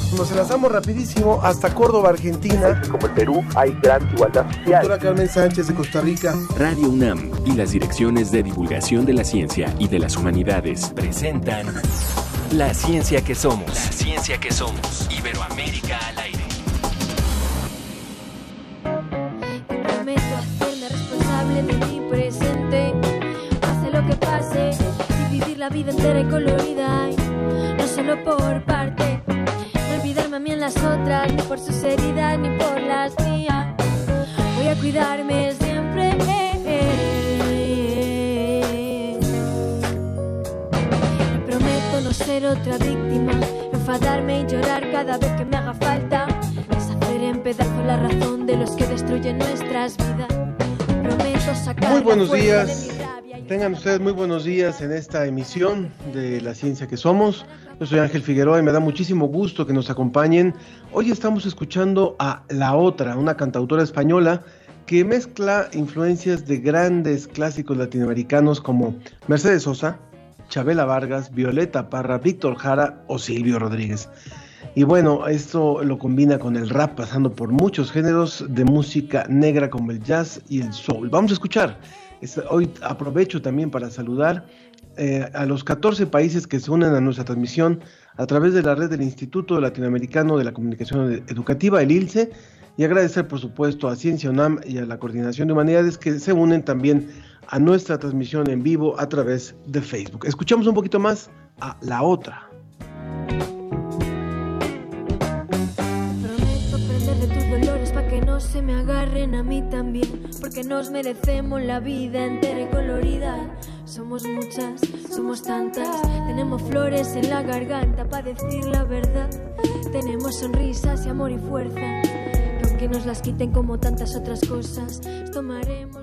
Nos enlazamos rapidísimo hasta Córdoba, Argentina. Como el Perú, hay gran igualdad social. Doctora Carmen Sánchez de Costa Rica. Radio UNAM y las direcciones de divulgación de la ciencia y de las humanidades presentan La Ciencia que Somos. La Ciencia que Somos. Iberoamérica al aire. Te prometo hacerme responsable de mi presente. Pase lo que pase y vivir la vida entera y colorida. No solo por parte. No olvidarme a mí en las otras, ni por sus heridas, ni por las mías. Voy a cuidarme siempre. Me prometo no ser otra víctima, enfadarme y llorar cada vez que me haga falta, deshacer en pedazos la razón de los que destruyen nuestras vidas. Prometo sacar Muy buenos la fuerza días. de mi rabia y... Tengan ustedes muy buenos días en esta emisión de La Ciencia que Somos. Yo soy Ángel Figueroa y me da muchísimo gusto que nos acompañen. Hoy estamos escuchando a La Otra, una cantautora española que mezcla influencias de grandes clásicos latinoamericanos como Mercedes Sosa, Chabela Vargas, Violeta Parra, Víctor Jara o Silvio Rodríguez. Y bueno, esto lo combina con el rap, pasando por muchos géneros de música negra como el jazz y el soul. Vamos a escuchar. Hoy aprovecho también para saludar a los 14 países que se unen a nuestra transmisión a través de la red del Instituto Latinoamericano de la Comunicación Educativa, el ILCE, y agradecer por supuesto a Ciencia UNAM y a la Coordinación de Humanidades que se unen también a nuestra transmisión en vivo a través de Facebook. Escuchamos un poquito más a La Otra. Prometo aprender de tus dolores pa' que no se me agarren a mí también, porque nos merecemos la vida entera y colorida. Somos muchas, somos tantas, tenemos flores en la garganta pa' decir la verdad. Tenemos sonrisas y amor y fuerza, que aunque nos las quiten como tantas otras cosas, tomaremos...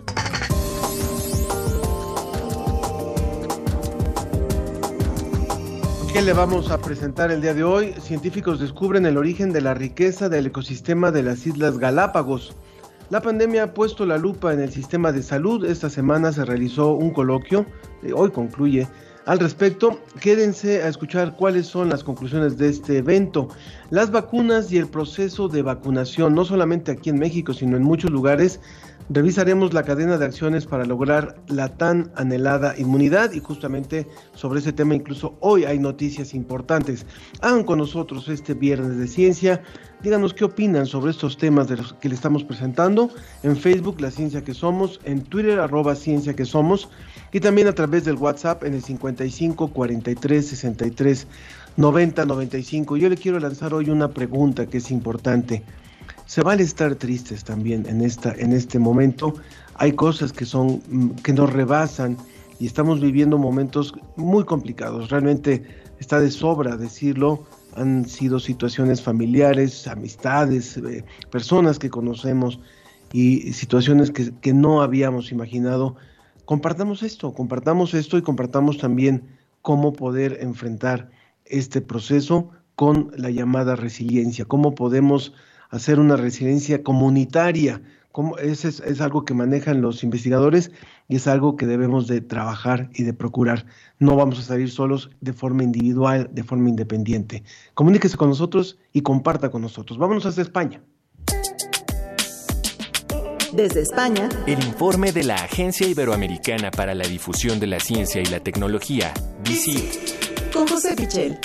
¿Qué le vamos a presentar el día de hoy? Científicos descubren el origen de la riqueza del ecosistema de las Islas Galápagos. La pandemia ha puesto la lupa en el sistema de salud. Esta semana se realizó un coloquio, hoy concluye, al respecto. Quédense a escuchar cuáles son las conclusiones de este evento. Las vacunas y el proceso de vacunación, no solamente aquí en México, sino en muchos lugares. Revisaremos la cadena de acciones para lograr la tan anhelada inmunidad y justamente sobre ese tema incluso hoy hay noticias importantes. Hagan con nosotros este viernes de ciencia, díganos qué opinan sobre estos temas de los que le estamos presentando en Facebook, La Ciencia que Somos, en Twitter, @Ciencia que Somos y también a través del WhatsApp en el 55 43 63 90 95. Yo le quiero lanzar hoy una pregunta que es importante. Se vale estar tristes también en este momento. Hay cosas que nos rebasan y estamos viviendo momentos muy complicados. Realmente está de sobra decirlo. Han sido situaciones familiares, amistades, personas que conocemos y situaciones que no habíamos imaginado. Compartamos esto y compartamos también cómo poder enfrentar este proceso con la llamada resiliencia. Cómo podemos hacer una resiliencia comunitaria. Es algo que manejan los investigadores y es algo que debemos de trabajar y de procurar. No vamos a salir solos de forma individual, de forma independiente. Comuníquese con nosotros y comparta con nosotros. Vámonos hasta España. Desde España, El informe de la Agencia Iberoamericana para la Difusión de la Ciencia y la Tecnología, DICIT, con José Pichel.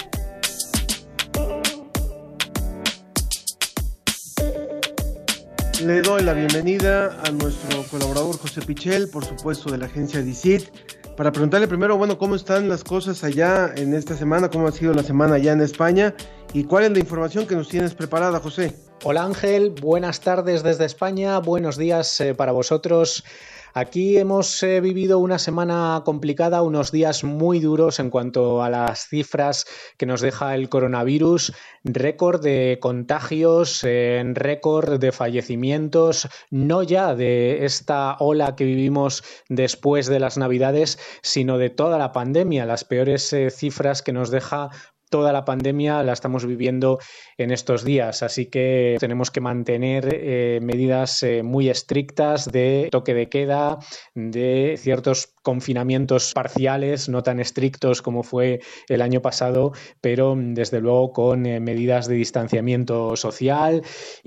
Le doy la bienvenida a nuestro colaborador José Pichel, por supuesto de la agencia DICIT, para preguntarle primero, ¿cómo están las cosas allá en esta semana? ¿Cómo ha sido la semana allá en España? ¿Y cuál es la información que nos tienes preparada, José? Hola Ángel, buenas tardes desde España, buenos días para vosotros. Aquí hemos vivido una semana complicada, unos días muy duros en cuanto a las cifras que nos deja el coronavirus, récord de contagios, récord de fallecimientos, no ya de esta ola que vivimos después de las Navidades, sino de toda la pandemia, las peores cifras que nos deja toda la pandemia la estamos viviendo en estos días, así que tenemos que mantener medidas muy estrictas de toque de queda, de ciertos confinamientos parciales, no tan estrictos como fue el año pasado, pero desde luego con medidas de distanciamiento social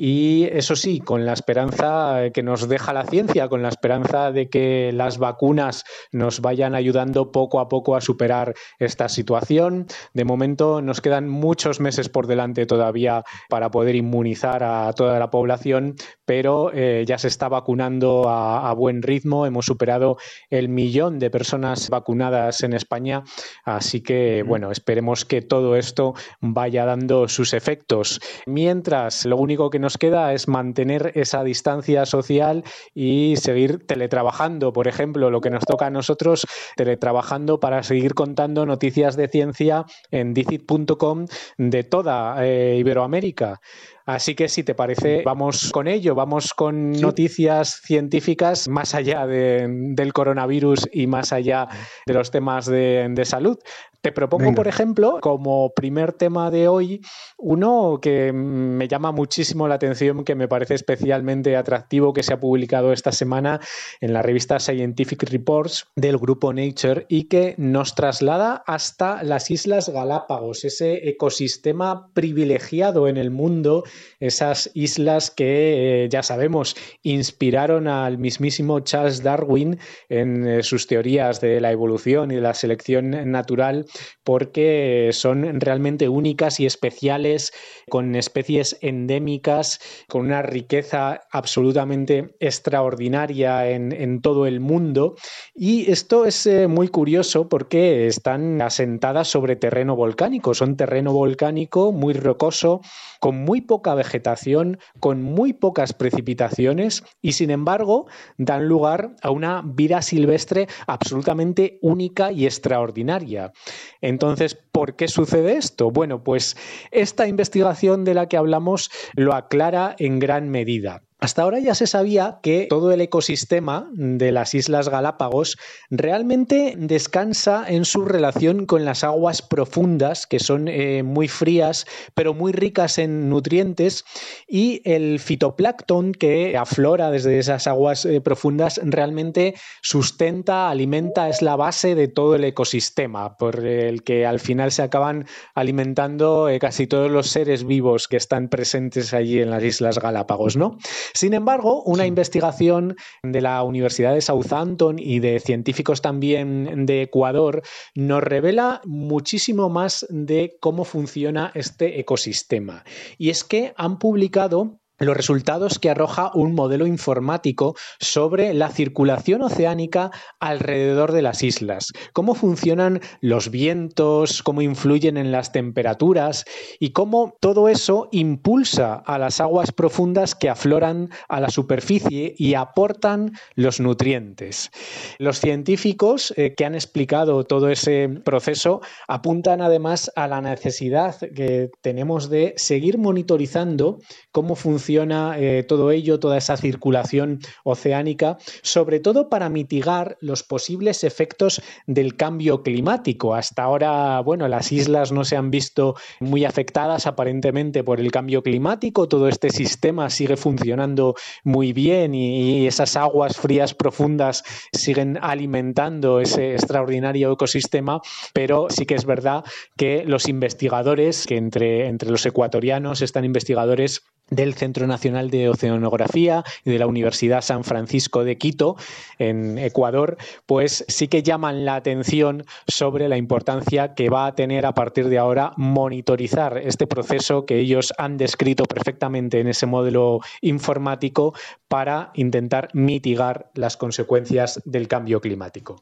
y eso sí, con la esperanza que nos deja la ciencia, con la esperanza de que las vacunas nos vayan ayudando poco a poco a superar esta situación. De momento nos quedan muchos meses por delante todavía para poder inmunizar a toda la población, pero ya se está vacunando a buen ritmo. Hemos superado el 1 millón de personas vacunadas en España, así que bueno, esperemos que todo esto vaya dando sus efectos. Mientras, lo único que nos queda es mantener esa distancia social y seguir teletrabajando, por ejemplo, lo que nos toca a nosotros, teletrabajando para seguir contando noticias de ciencia en dicit.com de toda Iberoamérica. Así que si te parece, vamos con ello, vamos con noticias científicas más allá del coronavirus y más allá de los temas de salud. Te propongo, por ejemplo, como primer tema de hoy, uno que me llama muchísimo la atención, que me parece especialmente atractivo, que se ha publicado esta semana en la revista Scientific Reports del grupo Nature y que nos traslada hasta las Islas Galápagos, ese ecosistema privilegiado en el mundo, esas islas que ya sabemos inspiraron al mismísimo Charles Darwin en sus teorías de la evolución y de la selección natural, porque son realmente únicas y especiales, con especies endémicas, con una riqueza absolutamente extraordinaria en todo el mundo. Y esto es muy curioso porque están asentadas sobre terreno volcánico. Son terreno volcánico muy rocoso, con muy poca vegetación, con muy pocas precipitaciones y, sin embargo, dan lugar a una vida silvestre absolutamente única y extraordinaria. Entonces, ¿por qué sucede esto? Bueno, pues esta investigación de la que hablamos lo aclara en gran medida. Hasta ahora ya se sabía que todo el ecosistema de las Islas Galápagos realmente descansa en su relación con las aguas profundas, que son muy frías, pero muy ricas en nutrientes, y el fitoplancton que aflora desde esas aguas profundas realmente sustenta, alimenta, es la base de todo el ecosistema, por el que al final se acaban alimentando casi todos los seres vivos que están presentes allí en las Islas Galápagos, ¿no? Sin embargo, una investigación de la Universidad de Southampton y de científicos también de Ecuador nos revela muchísimo más de cómo funciona este ecosistema. Y es que han publicado los resultados que arroja un modelo informático sobre la circulación oceánica alrededor de las islas, cómo funcionan los vientos, cómo influyen en las temperaturas y cómo todo eso impulsa a las aguas profundas que afloran a la superficie y aportan los nutrientes. Los científicos que han explicado todo ese proceso apuntan además a la necesidad que tenemos de seguir monitorizando cómo funciona todo ello, toda esa circulación oceánica, sobre todo para mitigar los posibles efectos del cambio climático. Hasta ahora, bueno, las islas no se han visto muy afectadas aparentemente por el cambio climático, todo este sistema sigue funcionando muy bien y esas aguas frías profundas siguen alimentando ese extraordinario ecosistema, pero sí que es verdad que los investigadores, que entre los ecuatorianos están investigadores del Centro Nacional de Oceanografía y de la Universidad San Francisco de Quito, en Ecuador, pues sí que llaman la atención sobre la importancia que va a tener a partir de ahora monitorizar este proceso que ellos han descrito perfectamente en ese modelo informático para intentar mitigar las consecuencias del cambio climático.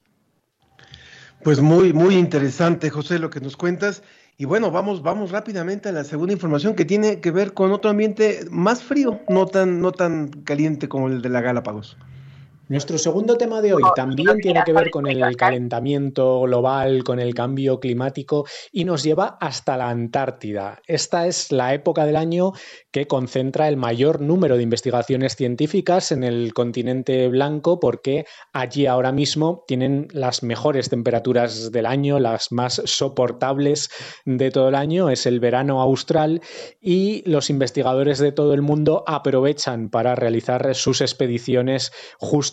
Pues muy, muy interesante, José, lo que nos cuentas. Y bueno, vamos rápidamente a la segunda información que tiene que ver con otro ambiente más frío, no tan caliente como el de la Galápagos. Nuestro segundo tema de hoy también tiene que ver con el calentamiento global, con el cambio climático y nos lleva hasta la Antártida. Esta es la época del año que concentra el mayor número de investigaciones científicas en el continente blanco porque allí ahora mismo tienen las mejores temperaturas del año, las más soportables de todo el año. Es el verano austral y los investigadores de todo el mundo aprovechan para realizar sus expediciones justo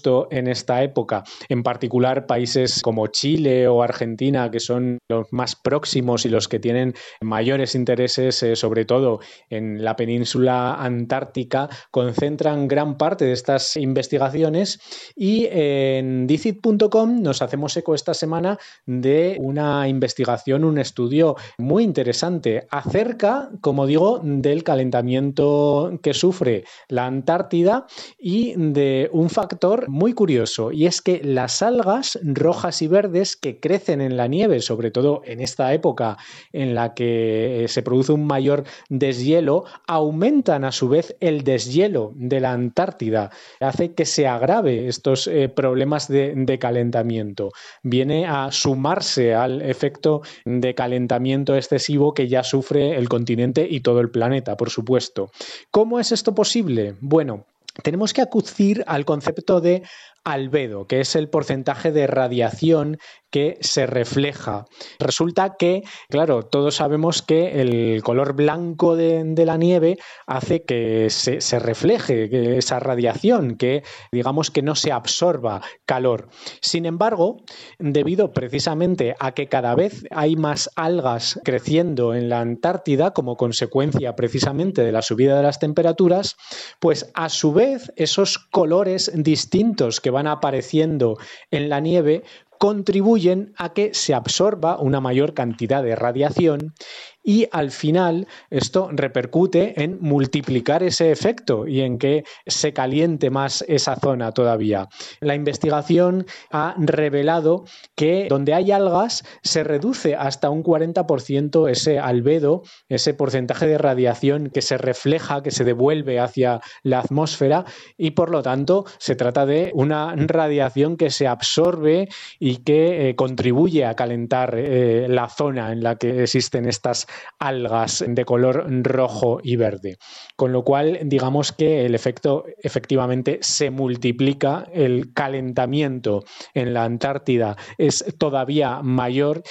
supuesto, en esta época. En particular, países como Chile o Argentina, que son los más próximos y los que tienen mayores intereses, sobre todo en la península antártica, concentran gran parte de estas investigaciones, y en Dicit.com nos hacemos eco esta semana de una investigación, un estudio muy interesante acerca, como digo, del calentamiento que sufre la Antártida y de un factor muy curioso, y es que las algas rojas y verdes que crecen en la nieve, sobre todo en esta época en la que se produce un mayor deshielo, aumentan a su vez el deshielo de la Antártida, hace que se agrave estos problemas de calentamiento. Viene a sumarse al efecto de calentamiento excesivo que ya sufre el continente y todo el planeta, por supuesto. ¿Cómo es esto posible? Bueno, tenemos que acudir al concepto de albedo, que es el porcentaje de radiación que se refleja. Resulta que, claro, todos sabemos que el color blanco de la nieve hace que se refleje esa radiación, que digamos que no se absorba calor. Sin embargo, debido precisamente a que cada vez hay más algas creciendo en la Antártida como consecuencia precisamente de la subida de las temperaturas, pues a su vez esos colores distintos que van apareciendo en la nieve contribuyen a que se absorba una mayor cantidad de radiación, y al final esto repercute en multiplicar ese efecto y en que se caliente más esa zona todavía. La investigación ha revelado que donde hay algas se reduce hasta un 40% ese albedo, ese porcentaje de radiación que se refleja, que se devuelve hacia la atmósfera, y por lo tanto se trata de una radiación que se absorbe y que contribuye a calentar la zona en la que existen estas algas de color rojo y verde. Con lo cual, digamos que el efecto efectivamente se multiplica, el calentamiento en la Antártida es todavía mayor,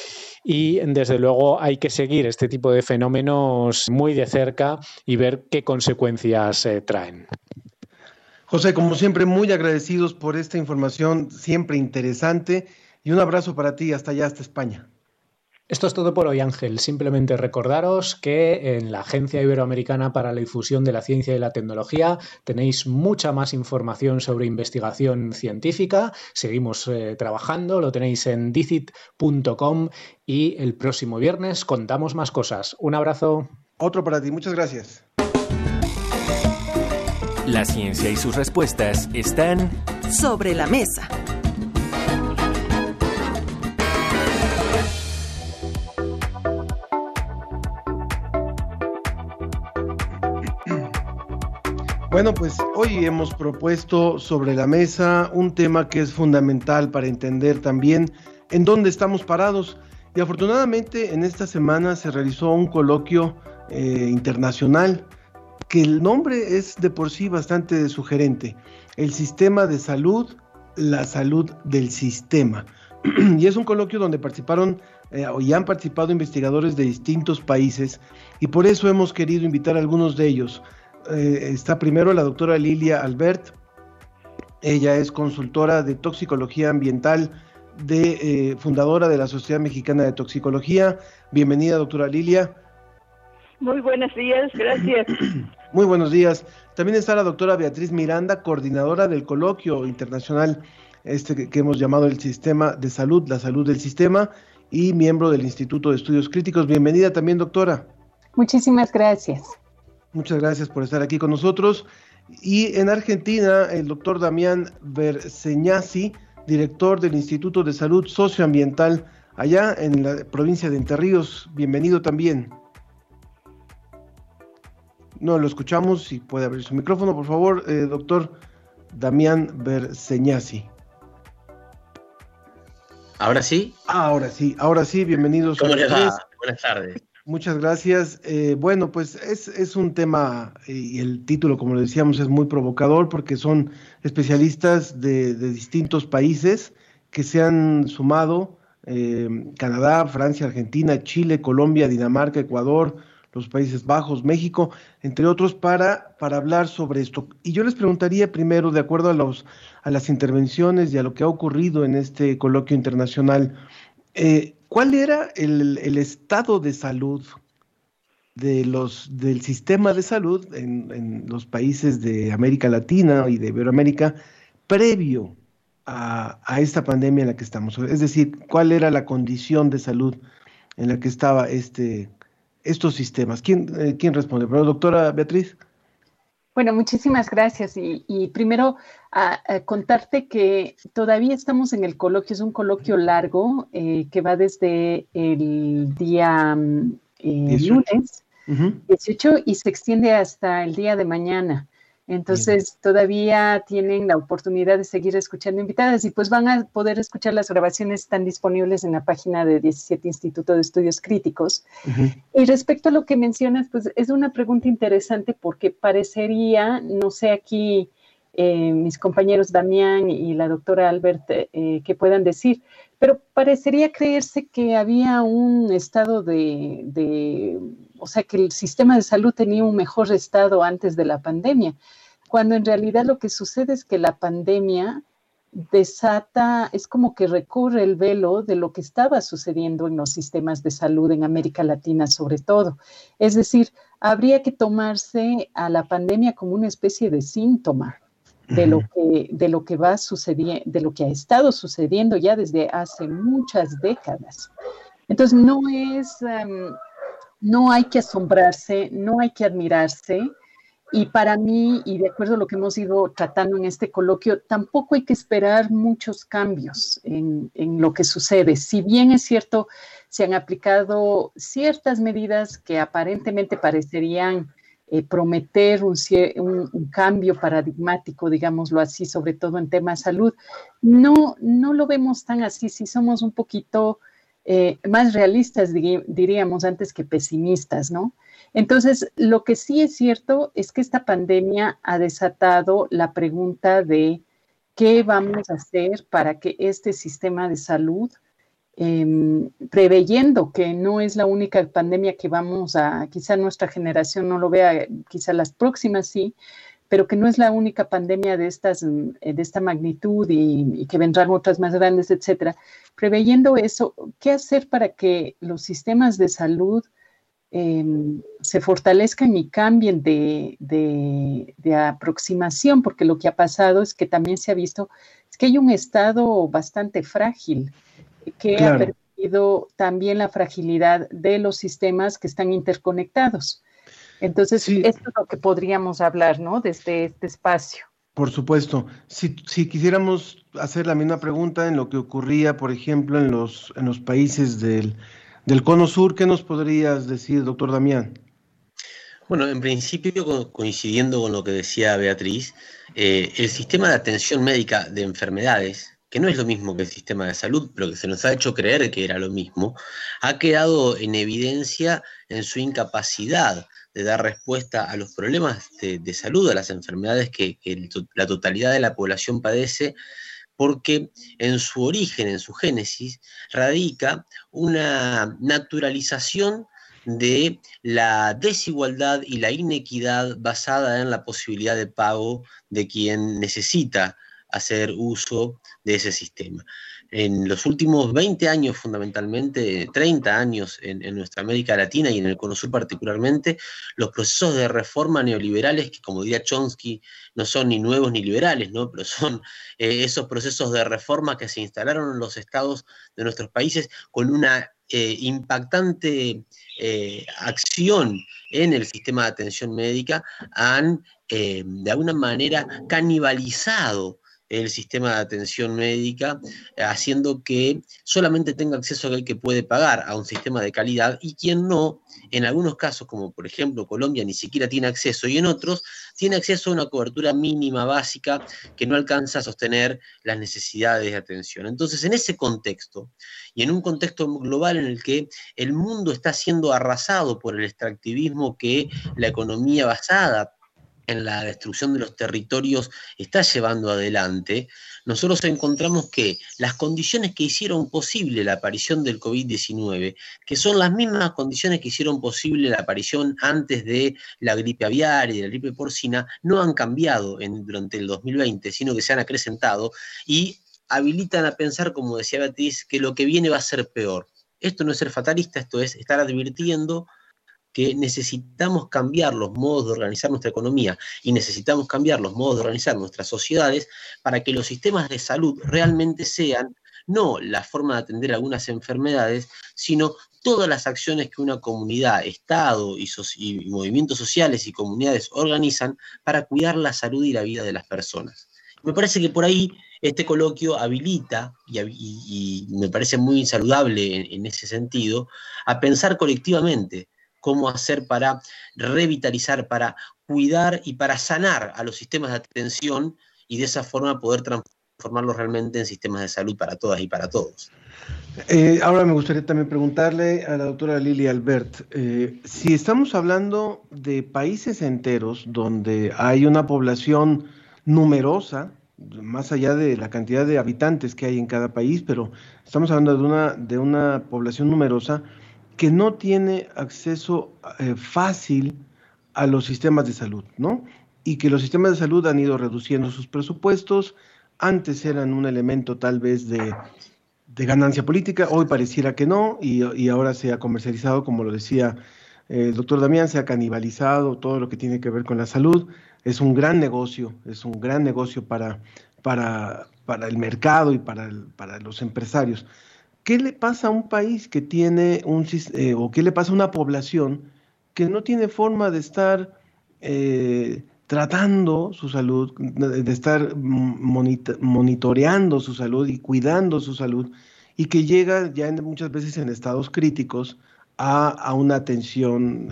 y desde luego hay que seguir este tipo de fenómenos muy de cerca y ver qué consecuencias traen. José, como siempre, muy agradecidos por esta información siempre interesante, y un abrazo para ti hasta allá, hasta España. Esto es todo por hoy, Ángel. Simplemente recordaros que en la Agencia Iberoamericana para la Difusión de la Ciencia y la Tecnología tenéis mucha más información sobre investigación científica. Seguimos trabajando, lo tenéis en dicit.com, y el próximo viernes contamos más cosas. Un abrazo. Otro para ti, muchas gracias. La ciencia y sus respuestas están sobre la mesa. Bueno, pues hoy hemos propuesto sobre la mesa un tema que es fundamental para entender también en dónde estamos parados, y afortunadamente en esta semana se realizó un coloquio internacional, que el nombre es de por sí bastante sugerente: el sistema de salud, la salud del sistema. Y es un coloquio donde participaron y han participado investigadores de distintos países, y por eso hemos querido invitar a algunos de ellos. Está primero la doctora Lilia Albert. Ella es consultora de toxicología ambiental, fundadora de la Sociedad Mexicana de Toxicología. Bienvenida, doctora Lilia. Muy buenos días, gracias. Muy buenos días. También está la doctora Beatriz Miranda, coordinadora del coloquio internacional que hemos llamado el Sistema de Salud, la salud del sistema, y miembro del Instituto de Estudios Críticos. Bienvenida también, doctora. Muchísimas gracias. Muchas gracias por estar aquí con nosotros. Y en Argentina, el doctor Damián Berseñasi, director del Instituto de Salud Socioambiental, allá en la provincia de Entre Ríos. Bienvenido también. No lo escuchamos, si puede abrir su micrófono, por favor, doctor Damián Berseñasi. ¿Ahora sí? Ahora sí, bienvenidos. ¿Cómo les va? Buenas tardes. Muchas gracias. Bueno, pues es un tema, y el título, como le decíamos, es muy provocador, porque son especialistas de distintos países que se han sumado: Canadá, Francia, Argentina, Chile, Colombia, Dinamarca, Ecuador, los Países Bajos, México, entre otros, para hablar sobre esto. Y yo les preguntaría primero, de acuerdo a las intervenciones y a lo que ha ocurrido en este coloquio internacional, ¿cuál era el estado de salud del sistema de salud en los países de América Latina y de Iberoamérica previo a esta pandemia en la que estamos? Es decir, ¿cuál era la condición de salud en la que estaba estos sistemas? ¿Quién responde? ¿Pero, doctora Beatriz? Bueno, muchísimas gracias. Y primero a contarte que todavía estamos en el coloquio, es un coloquio largo que va desde el día lunes 18 y se extiende hasta el día de mañana. Entonces, todavía tienen la oportunidad de seguir escuchando invitadas y pues van a poder escuchar las grabaciones, están disponibles en la página de 17 Instituto de Estudios Críticos. Y respecto a lo que mencionas, pues es una pregunta interesante porque parecería, no sé aquí mis compañeros Damián y la doctora Albert que puedan decir, pero parecería creerse que había un estado o sea, que el sistema de salud tenía un mejor estado antes de la pandemia, cuando en realidad lo que sucede es que la pandemia desata, es como que recorre el velo de lo que estaba sucediendo en los sistemas de salud en América Latina sobre todo. Es decir, habría que tomarse a la pandemia como una especie de síntoma de lo que va sucediendo, de lo que ha estado sucediendo ya desde hace muchas décadas. Entonces no hay que asombrarse, no hay que admirarse, y para mí, y de acuerdo a lo que hemos ido tratando en este coloquio, tampoco hay que esperar muchos cambios en lo que sucede. Si bien es cierto, se han aplicado ciertas medidas que aparentemente parecerían prometer un cambio paradigmático, digámoslo así, sobre todo en temas de salud, no lo vemos tan así. Si somos un poquito más realistas, diríamos, antes que pesimistas, ¿no? Entonces, lo que sí es cierto es que esta pandemia ha desatado la pregunta de qué vamos a hacer para que este sistema de salud, preveyendo que no es la única pandemia que quizá nuestra generación no lo vea, quizá las próximas sí, pero que no es la única pandemia de esta magnitud y que vendrán otras más grandes, etcétera. Preveyendo eso, ¿qué hacer para que los sistemas de salud se fortalezcan y cambien de aproximación? Porque lo que ha pasado es que también se ha visto es que hay un estado bastante frágil que ha permitido también la fragilidad de los sistemas que están interconectados. Entonces, sí, esto es lo que podríamos hablar, ¿no? Desde este espacio. Por supuesto. Si quisiéramos hacer la misma pregunta en lo que ocurría, por ejemplo, en los países del Cono Sur, ¿qué nos podrías decir, doctor Damián? Bueno, en principio, coincidiendo con lo que decía Beatriz, el sistema de atención médica de enfermedades, que no es lo mismo que el sistema de salud, pero que se nos ha hecho creer que era lo mismo, ha quedado en evidencia en su incapacidad de dar respuesta a los problemas de salud, a las enfermedades que la totalidad de la población padece, porque en su origen, en su génesis, radica una naturalización de la desigualdad y la inequidad basada en la posibilidad de pago de quien necesita hacer uso de ese sistema. En los últimos 20 años, fundamentalmente, 30 años en nuestra América Latina y en el Cono Sur particularmente, los procesos de reforma neoliberales, que como diría Chomsky, no son ni nuevos ni liberales, ¿no? Pero son esos procesos de reforma que se instalaron en los estados de nuestros países con una impactante acción en el sistema de atención médica, han de alguna manera canibalizado el sistema de atención médica, haciendo que solamente tenga acceso aquel que puede pagar a un sistema de calidad, y quien no, en algunos casos, como por ejemplo Colombia, ni siquiera tiene acceso, y en otros tiene acceso a una cobertura mínima básica que no alcanza a sostener las necesidades de atención. Entonces, en ese contexto, y en un contexto global en el que el mundo está siendo arrasado por el extractivismo que la economía basada en la destrucción de los territorios está llevando adelante, nosotros encontramos que las condiciones que hicieron posible la aparición del COVID-19, que son las mismas condiciones que hicieron posible la aparición antes de la gripe aviar y de la gripe porcina, no han cambiado durante el 2020, sino que se han acrecentado y habilitan a pensar, como decía Beatriz, que lo que viene va a ser peor. Esto no es ser fatalista, esto es estar advirtiendo que necesitamos cambiar los modos de organizar nuestra economía y necesitamos cambiar los modos de organizar nuestras sociedades para que los sistemas de salud realmente sean no la forma de atender algunas enfermedades, sino todas las acciones que una comunidad, Estado y movimientos sociales y comunidades organizan para cuidar la salud y la vida de las personas. Me parece que por ahí este coloquio habilita, y me parece muy saludable en ese sentido, a pensar colectivamente cómo hacer para revitalizar, para cuidar y para sanar a los sistemas de atención y de esa forma poder transformarlos realmente en sistemas de salud para todas y para todos. Ahora me gustaría también preguntarle a la doctora Lili Albert, si estamos hablando de países enteros donde hay una población numerosa, más allá de la cantidad de habitantes que hay en cada país, pero estamos hablando de una población numerosa que no tiene acceso fácil a los sistemas de salud, ¿no? Y que los sistemas de salud han ido reduciendo sus presupuestos. Antes eran un elemento tal vez de ganancia política, hoy pareciera que no, y ahora se ha comercializado, como lo decía el doctor Damián, se ha canibalizado todo lo que tiene que ver con la salud. Es un gran negocio para el mercado y para los empresarios. ¿Qué le pasa a un país que tiene o qué le pasa a una población que no tiene forma de estar tratando su salud, de estar monitoreando su salud y cuidando su salud, y que llega ya muchas veces en estados críticos a una atención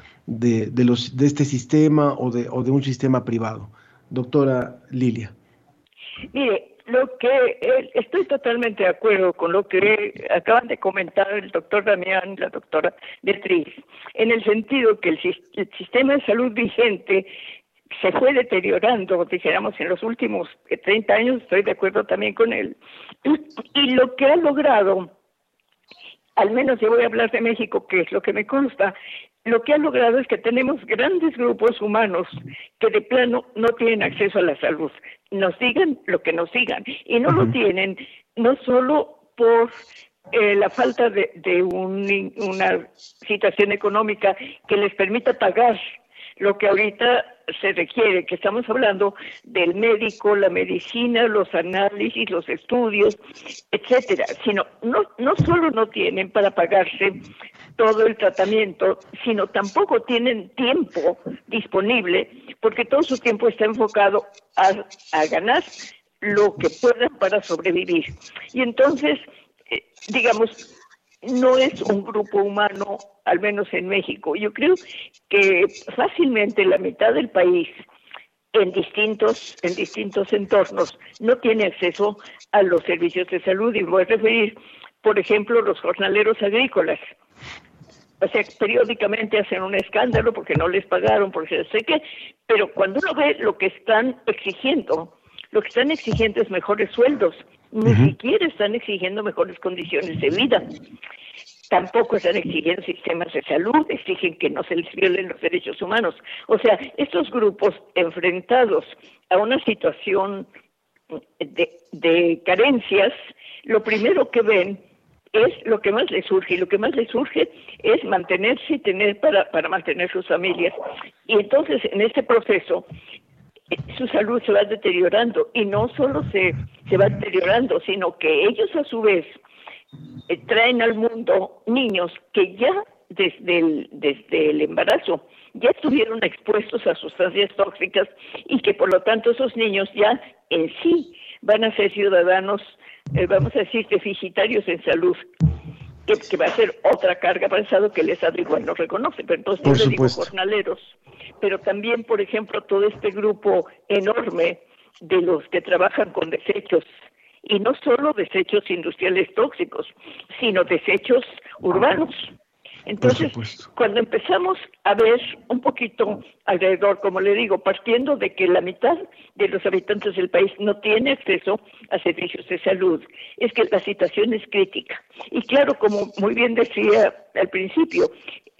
de este sistema o de un sistema privado? Doctora Lilia. Mire, estoy totalmente de acuerdo con lo que acaban de comentar el doctor Damián y la doctora Beatriz, en el sentido que el sistema de salud vigente se fue deteriorando, dijéramos, en los últimos 30 años, estoy de acuerdo también con él, y lo que ha logrado, al menos yo voy a hablar de México, que es lo que me consta, lo que ha logrado es que tenemos grandes grupos humanos que de plano no tienen acceso a la salud, nos digan lo que nos digan, y no lo tienen no solo por la falta de una situación económica que les permita pagar lo que ahorita se requiere, que estamos hablando del médico, la medicina, los análisis, los estudios, etcétera, sino no solo no tienen para pagarse todo el tratamiento, sino tampoco tienen tiempo disponible, porque todo su tiempo está enfocado a ganar lo que puedan para sobrevivir. Y entonces, digamos, no es un grupo humano, al menos en México. Yo creo que fácilmente la mitad del país, en distintos entornos, no tiene acceso a los servicios de salud. Y voy a referir, por ejemplo, los jornaleros agrícolas. O sea, periódicamente hacen un escándalo porque no les pagaron, porque no sé qué, pero cuando uno ve lo que están exigiendo es mejores sueldos. Ni siquiera están exigiendo mejores condiciones de vida. Tampoco están exigiendo sistemas de salud, exigen que no se les violen los derechos humanos. O sea, estos grupos enfrentados a una situación de carencias, lo primero que ven es lo que más les surge, y lo que más les surge es mantenerse y tener para mantener sus familias. Y entonces, en este proceso, su salud se va deteriorando, y no solo se va deteriorando, sino que ellos a su vez traen al mundo niños que ya desde el embarazo ya estuvieron expuestos a sustancias tóxicas, y que por lo tanto esos niños ya en sí van a ser ciudadanos, vamos a decir, deficitarios en salud, que va a ser otra carga para el Estado que el Estado igual no reconoce. Pero entonces yo le digo jornaleros, pero también, por ejemplo, todo este grupo enorme de los que trabajan con desechos, y no solo desechos industriales tóxicos, sino desechos urbanos. Entonces, cuando empezamos a ver un poquito alrededor, como le digo, partiendo de que la mitad de los habitantes del país no tiene acceso a servicios de salud, es que la situación es crítica. Y claro, como muy bien decía al principio,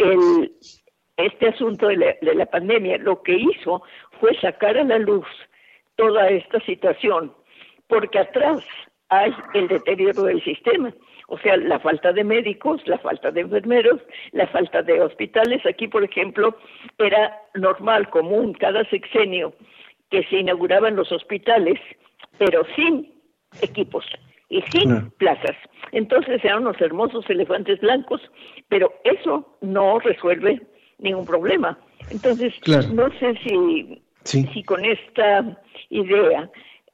este asunto de la pandemia lo que hizo fue sacar a la luz toda esta situación, porque atrás hay el deterioro del sistema. O sea, la falta de médicos, la falta de enfermeros, la falta de hospitales. Aquí, por ejemplo, era normal, común, cada sexenio que se inauguraban los hospitales, pero sin equipos y sin plazas. Entonces eran unos hermosos elefantes blancos, pero eso no resuelve ningún problema. Entonces, no sé si con esta idea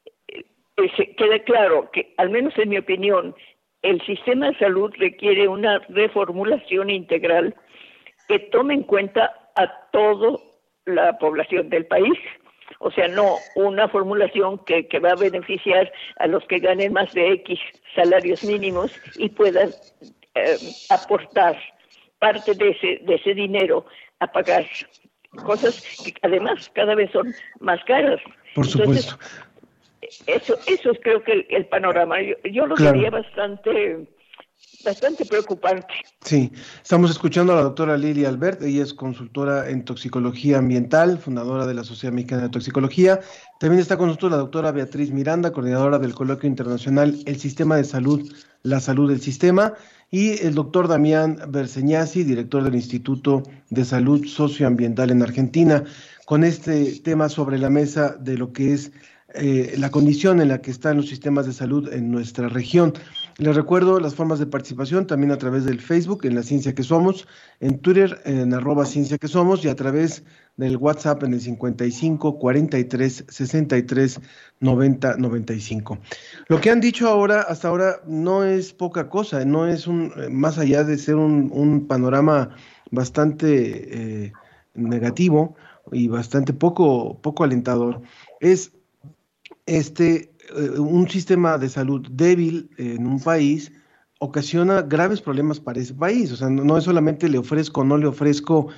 queda claro que, al menos en mi opinión, el sistema de salud requiere una reformulación integral que tome en cuenta a toda la población del país. O sea, no una formulación que va a beneficiar a los que ganen más de X salarios mínimos y puedan aportar parte de ese dinero a pagar cosas que además cada vez son más caras. Por supuesto. Entonces, eso es creo que el panorama. Yo lo vería bastante preocupante. Sí, estamos escuchando a la doctora Lili Albert. Ella es consultora en toxicología ambiental, fundadora de la Sociedad Mexicana de Toxicología. También está con nosotros la doctora Beatriz Miranda, coordinadora del Coloquio Internacional El Sistema de Salud, la Salud del Sistema, y el doctor Damián Berseñasi, director del Instituto de Salud Socioambiental en Argentina, con este tema sobre la mesa de lo que es la condición en la que están los sistemas de salud en nuestra región. Les recuerdo las formas de participación también a través del Facebook, en La Ciencia que Somos, en Twitter, en @Ciencia que Somos, y a través del WhatsApp en el 55 43 63 90 95. Lo que han dicho hasta ahora no es poca cosa, no es más allá de ser un panorama bastante negativo y bastante poco alentador. Es un sistema de salud débil en un país ocasiona graves problemas para ese país. O sea, no es solamente le ofrezco o no le ofrezco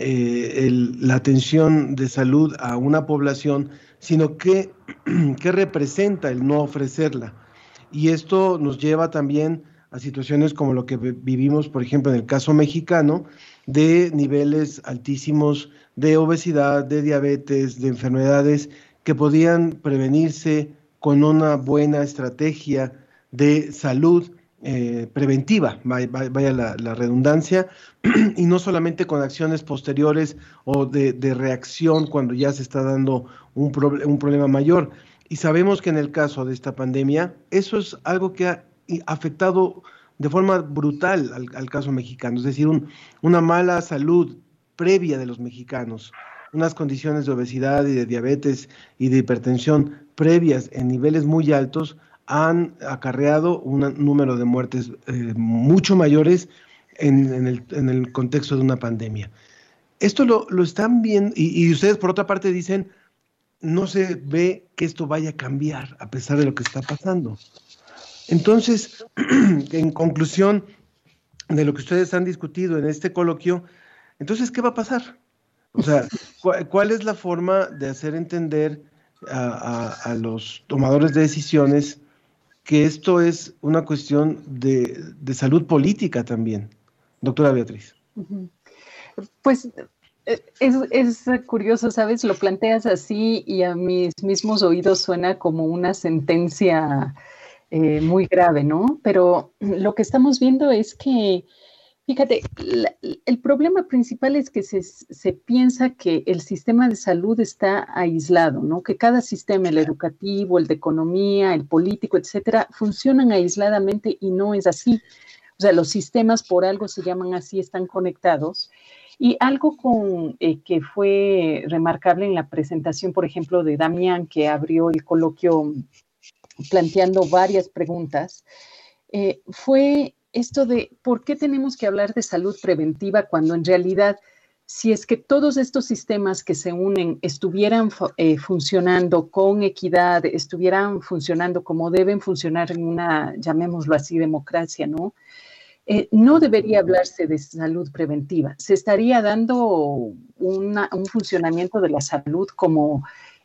la atención de salud a una población, sino que representa el no ofrecerla. Y esto nos lleva también a situaciones como lo que vivimos, por ejemplo, en el caso mexicano, de niveles altísimos de obesidad, de diabetes, de enfermedades que podían prevenirse con una buena estrategia de salud preventiva, vaya la redundancia, y no solamente con acciones posteriores o de reacción cuando ya se está dando un problema mayor. Y sabemos que en el caso de esta pandemia, eso es algo que ha afectado de forma brutal al caso mexicano, es decir, una mala salud previa de los mexicanos, unas condiciones de obesidad y de diabetes y de hipertensión previas en niveles muy altos han acarreado un número de muertes mucho mayores en el contexto de una pandemia. Esto lo están viendo, y ustedes por otra parte dicen, no se ve que esto vaya a cambiar a pesar de lo que está pasando. Entonces, en conclusión de lo que ustedes han discutido en este coloquio, entonces, ¿qué va a pasar? O sea, ¿cuál es la forma de hacer entender a los tomadores de decisiones que esto es una cuestión de salud política también? Doctora Beatriz. Pues es curioso, ¿sabes? Lo planteas así y a mis mismos oídos suena como una sentencia muy grave, ¿no? Pero lo que estamos viendo es que, fíjate, el problema principal es que se piensa que el sistema de salud está aislado, ¿no? Que cada sistema, el educativo, el de economía, el político, etcétera, funcionan aisladamente y no es así. O sea, los sistemas por algo se llaman así, están conectados. Y algo que fue remarcable en la presentación, por ejemplo, de Damián, que abrió el coloquio planteando varias preguntas, fue esto de por qué tenemos que hablar de salud preventiva cuando en realidad, si es que todos estos sistemas que se unen estuvieran funcionando con equidad, estuvieran funcionando como deben funcionar en una, llamémoslo así, democracia, ¿no? no debería hablarse de salud preventiva. Se estaría dando un funcionamiento de la salud como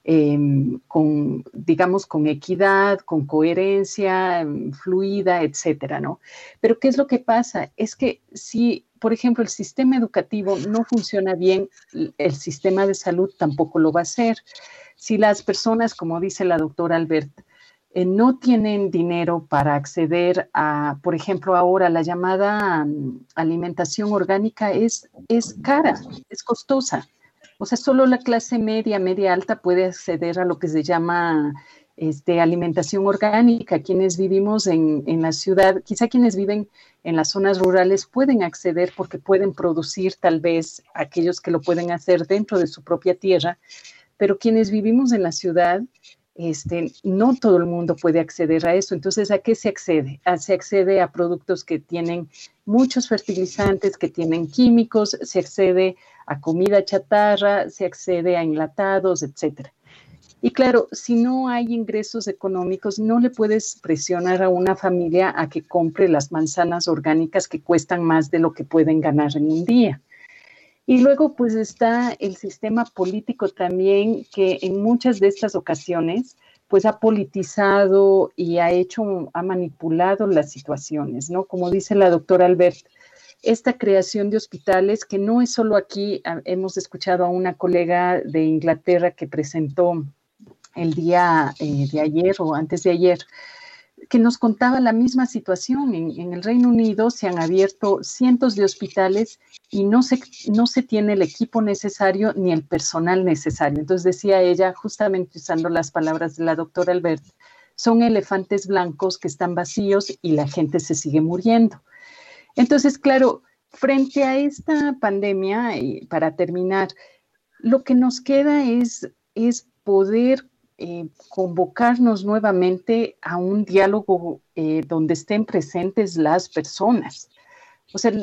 digamos, con equidad, con coherencia, fluida, etcétera, ¿no? Pero ¿qué es lo que pasa? Es que si, por ejemplo, el sistema educativo no funciona bien, el sistema de salud tampoco lo va a hacer. Si las personas, como dice la doctora Albert, no tienen dinero para acceder a, por ejemplo, ahora la llamada alimentación orgánica es cara, es costosa. O sea, solo la clase media, media alta puede acceder a lo que se llama alimentación orgánica. Quienes vivimos en la ciudad, quizá quienes viven en las zonas rurales pueden acceder porque pueden producir tal vez aquellos que lo pueden hacer dentro de su propia tierra, pero quienes vivimos en la ciudad, no todo el mundo puede acceder a eso. Entonces, ¿a qué se accede? Se accede a productos que tienen muchos fertilizantes, que tienen químicos, se accede a comida chatarra, se accede a enlatados, etcétera. Y claro, si no hay ingresos económicos, no le puedes presionar a una familia a que compre las manzanas orgánicas que cuestan más de lo que pueden ganar en un día. Y luego pues está el sistema político también, que en muchas de estas ocasiones pues ha politizado y ha manipulado las situaciones, ¿no? Como dice la doctora Albert, esta creación de hospitales, que no es solo aquí, hemos escuchado a una colega de Inglaterra que presentó el día de ayer o antes de ayer, que nos contaba la misma situación. En el Reino Unido se han abierto cientos de hospitales y no se tiene el equipo necesario ni el personal necesario. Entonces decía ella, justamente usando las palabras de la doctora Albert, son elefantes blancos que están vacíos y la gente se sigue muriendo. Entonces, claro, frente a esta pandemia, y para terminar, lo que nos queda es poder convocarnos nuevamente a un diálogo donde estén presentes las personas. O sea,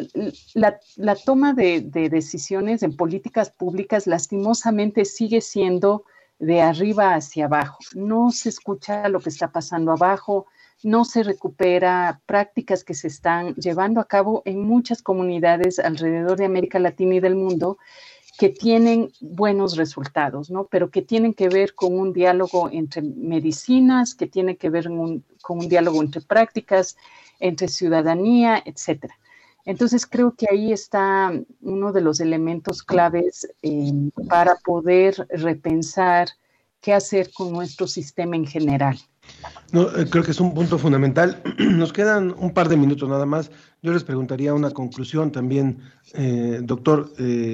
la toma de decisiones en políticas públicas lastimosamente sigue siendo de arriba hacia abajo. No se escucha lo que está pasando abajo, no se recupera prácticas que se están llevando a cabo en muchas comunidades alrededor de América Latina y del mundo, que tienen buenos resultados, ¿no? Pero que tienen que ver con un diálogo entre medicinas, que tiene que ver con un diálogo entre prácticas, entre ciudadanía, etcétera. Entonces, creo que ahí está uno de los elementos claves para poder repensar qué hacer con nuestro sistema en general. No, creo que es un punto fundamental. Nos quedan un par de minutos nada más. Yo les preguntaría una conclusión también, doctor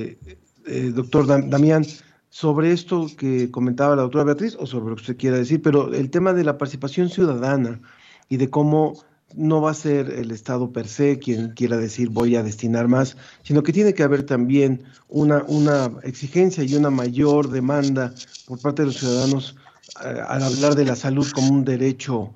Damián, sobre esto que comentaba la doctora Beatriz, o sobre lo que usted quiera decir, pero el tema de la participación ciudadana y de cómo no va a ser el Estado per se quien quiera decir voy a destinar más, sino que tiene que haber también una exigencia y una mayor demanda por parte de los ciudadanos al hablar de la salud como un derecho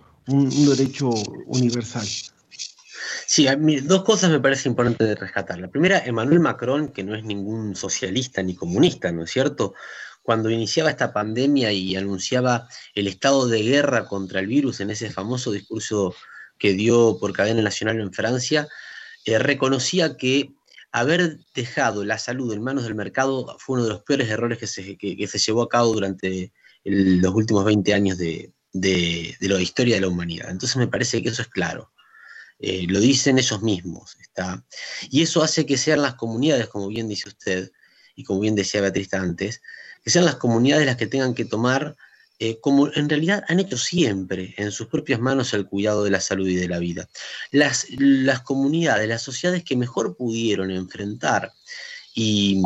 universal. Sí, dos cosas me parece importante de rescatar. La primera, Emmanuel Macron, que no es ningún socialista ni comunista, ¿no es cierto?, cuando iniciaba esta pandemia y anunciaba el estado de guerra contra el virus en ese famoso discurso que dio por cadena nacional en Francia, reconocía que haber dejado la salud en manos del mercado fue uno de los peores errores que se llevó a cabo durante los últimos 20 años de la historia de la humanidad. Entonces me parece que eso es claro. Lo dicen ellos mismos. Y eso hace que sean las comunidades, como bien dice usted, y como bien decía Beatriz antes, que sean las comunidades las que tengan que tomar, como en realidad han hecho siempre, en sus propias manos el cuidado de la salud y de la vida. Las comunidades, las sociedades que mejor pudieron enfrentar y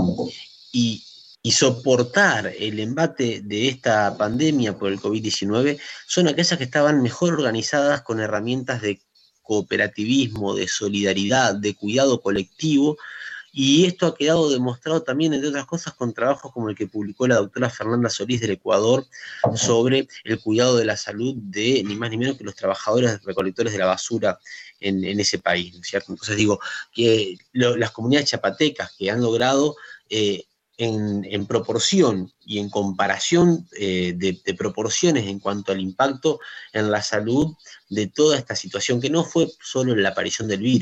soportar el embate de esta pandemia por el COVID-19 son aquellas que estaban mejor organizadas con herramientas de cooperativismo, de solidaridad, de cuidado colectivo, y esto ha quedado demostrado también, entre otras cosas, con trabajos como el que publicó la doctora Fernanda Solís del Ecuador sobre el cuidado de la salud de ni más ni menos que los trabajadores recolectores de la basura en ese país, ¿no es cierto? Entonces digo que las comunidades chapatecas que han logrado en proporción y en comparación de proporciones en cuanto al impacto en la salud de toda esta situación, que no fue solo la aparición del virus,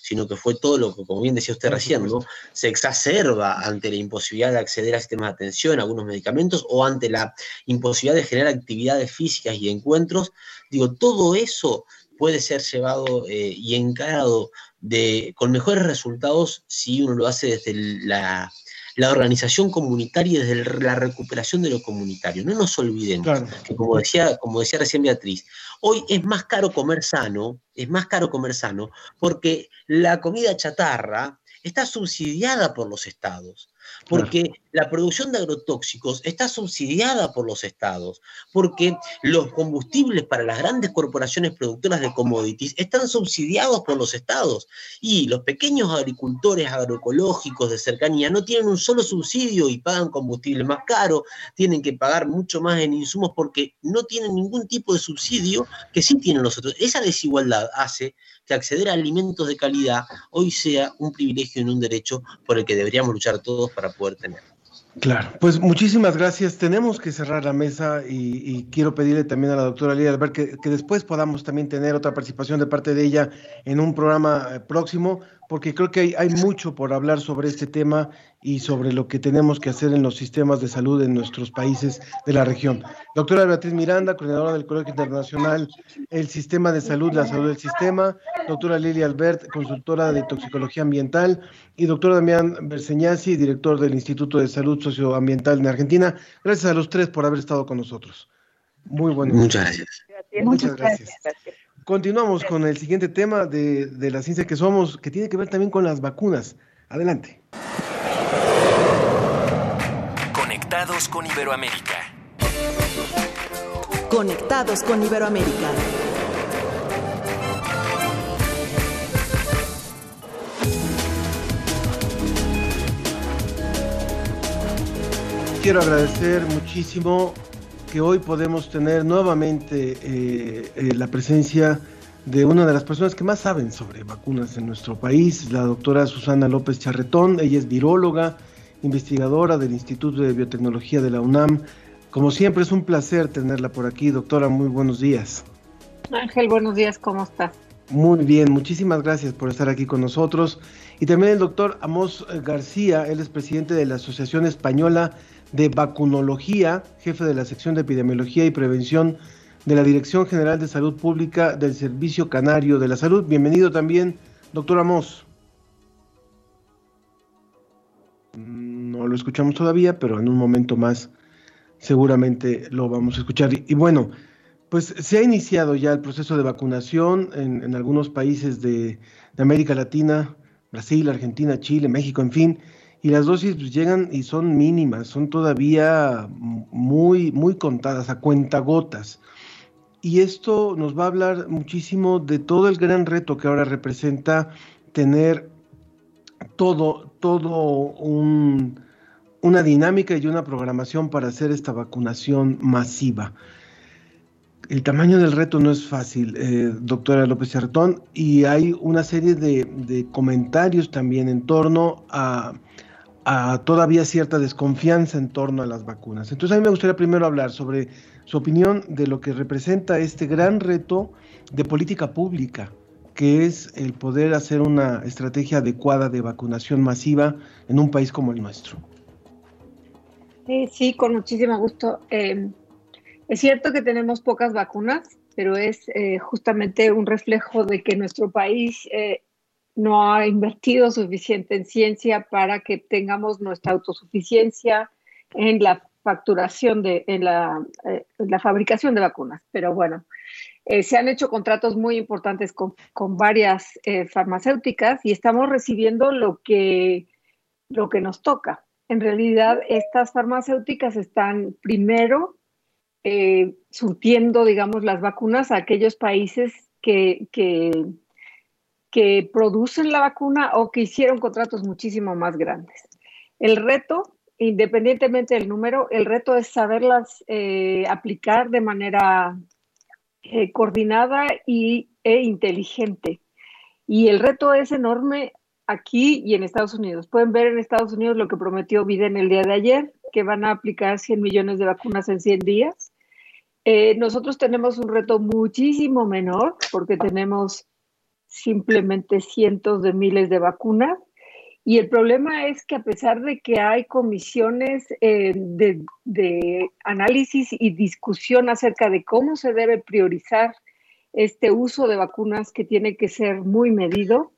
sino que fue todo lo que, como bien decía usted recién, ¿no? Se exacerba ante la imposibilidad de acceder a sistemas de atención, a algunos medicamentos, o ante la imposibilidad de generar actividades físicas y encuentros. Digo, todo eso puede ser llevado y encarado con mejores resultados si uno lo hace desde la organización comunitaria, desde la recuperación de lo comunitario. No nos olvidemos que, como decía recién Beatriz, hoy es más caro comer sano, porque la comida chatarra está subsidiada por los estados, porque la producción de agrotóxicos está subsidiada por los estados, porque los combustibles para las grandes corporaciones productoras de commodities están subsidiados por los estados, y los pequeños agricultores agroecológicos de cercanía no tienen un solo subsidio y pagan combustible más caro, tienen que pagar mucho más en insumos porque no tienen ningún tipo de subsidio que sí tienen los otros. Esa desigualdad hace que acceder a alimentos de calidad hoy sea un privilegio y no un derecho por el que deberíamos luchar todos para poder tener. Claro, pues muchísimas gracias. Tenemos que cerrar la mesa y quiero pedirle también a la doctora Lilia Albert que después podamos también tener otra participación de parte de ella en un programa próximo, porque creo que hay mucho por hablar sobre este tema y sobre lo que tenemos que hacer en los sistemas de salud en nuestros países de la región. Doctora Beatriz Miranda, coordinadora del Colegio Internacional El Sistema de Salud, la Salud del Sistema. Doctora Lilia Albert, consultora de toxicología ambiental. Y doctor Damián Berseñasi, director del Instituto de Salud Socioambiental en Argentina. Gracias a los tres por haber estado con nosotros. Muy bueno. Muchas gracias. Muchas gracias. Continuamos con el siguiente tema de la ciencia que somos, que tiene que ver también con las vacunas. Adelante. Conectados con Iberoamérica. Conectados con Iberoamérica. Quiero agradecer muchísimo que hoy podemos tener nuevamente la presencia de una de las personas que más saben sobre vacunas en nuestro país, la doctora Susana López Charretón. Ella es viróloga, investigadora del Instituto de Biotecnología de la UNAM. Como siempre, es un placer tenerla por aquí. Doctora, muy buenos días. Ángel, buenos días, ¿cómo estás? Muy bien, muchísimas gracias por estar aquí con nosotros. Y también el doctor Amós García, él es presidente de la Asociación Española de Vacunología, jefe de la sección de Epidemiología y Prevención de la Dirección General de Salud Pública del Servicio Canario de la Salud. Bienvenido también, doctor Amós. No lo escuchamos todavía, pero en un momento más seguramente lo vamos a escuchar. Y bueno, pues se ha iniciado ya el proceso de vacunación en algunos países de América Latina, Brasil, Argentina, Chile, México, en fin, y las dosis pues llegan y son mínimas, son todavía muy contadas, a cuentagotas. Y esto nos va a hablar muchísimo de todo el gran reto que ahora representa tener una dinámica y una programación para hacer esta vacunación masiva. El tamaño del reto no es fácil, doctora López Charretón, y hay una serie de comentarios también en torno a todavía cierta desconfianza en torno a las vacunas. Entonces a mí me gustaría primero hablar sobre su opinión de lo que representa este gran reto de política pública, que es el poder hacer una estrategia adecuada de vacunación masiva en un país como el nuestro. Sí, con muchísimo gusto. Es cierto que tenemos pocas vacunas, pero es justamente un reflejo de que nuestro país no ha invertido suficiente en ciencia para que tengamos nuestra autosuficiencia en la facturación en la fabricación de vacunas. Pero bueno, se han hecho contratos muy importantes con varias farmacéuticas y estamos recibiendo lo que nos toca. En realidad, estas farmacéuticas están primero surtiendo, digamos, las vacunas a aquellos países que producen la vacuna o que hicieron contratos muchísimo más grandes. El reto, independientemente del número, el reto es saberlas aplicar de manera coordinada e inteligente. Y el reto es enorme aquí y en Estados Unidos. Pueden ver en Estados Unidos lo que prometió Biden el día de ayer, que van a aplicar 100 millones de vacunas en 100 días. Nosotros tenemos un reto muchísimo menor porque tenemos simplemente cientos de miles de vacunas. Y el problema es que a pesar de que hay comisiones de análisis y discusión acerca de cómo se debe priorizar este uso de vacunas que tiene que ser muy medido,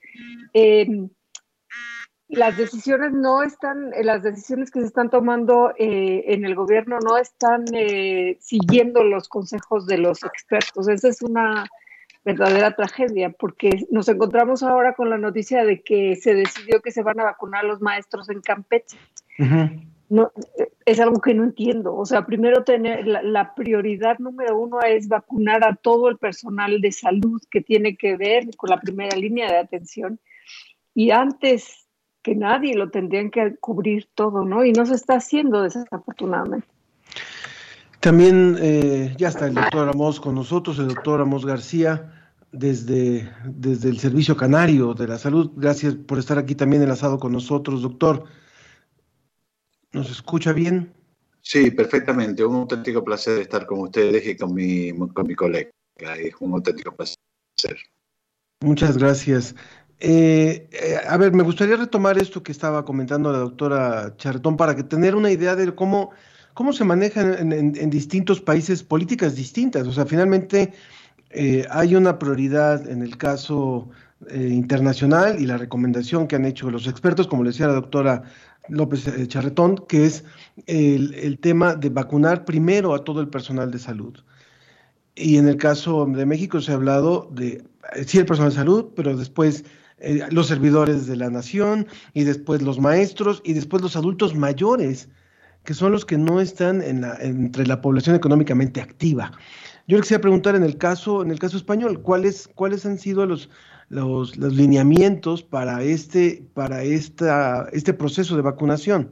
las decisiones que se están tomando en el gobierno no están siguiendo los consejos de los expertos. Esa es una verdadera tragedia, porque nos encontramos ahora con la noticia de que se decidió que se van a vacunar a los maestros en Campeche. Uh-huh. No, es algo que no entiendo. O sea, primero tener la prioridad número uno es vacunar a todo el personal de salud que tiene que ver con la primera línea de atención, y antes que nadie lo tendrían que cubrir todo, ¿no? Y no se está haciendo, desafortunadamente. También ya está el doctor Amos con nosotros, el doctor Amos García, desde el Servicio Canario de la Salud. Gracias por estar aquí también enlazado con nosotros, doctor. ¿Nos escucha bien? Sí, perfectamente. Un auténtico placer estar con ustedes y con mi colega. Es un auténtico placer. Muchas gracias. A ver, me gustaría retomar esto que estaba comentando la doctora Charretón para que tener una idea de cómo se manejan en distintos países políticas distintas. O sea, finalmente hay una prioridad en el caso internacional y la recomendación que han hecho los expertos, como le decía la doctora López Charretón, que es el tema de vacunar primero a todo el personal de salud. Y en el caso de México se ha hablado de, sí, el personal de salud, pero después los servidores de la nación, y después los maestros, y después los adultos mayores, que son los que no están entre la población económicamente activa. Yo le quisiera preguntar en el caso español, ¿cuáles han sido los lineamientos para este proceso de vacunación?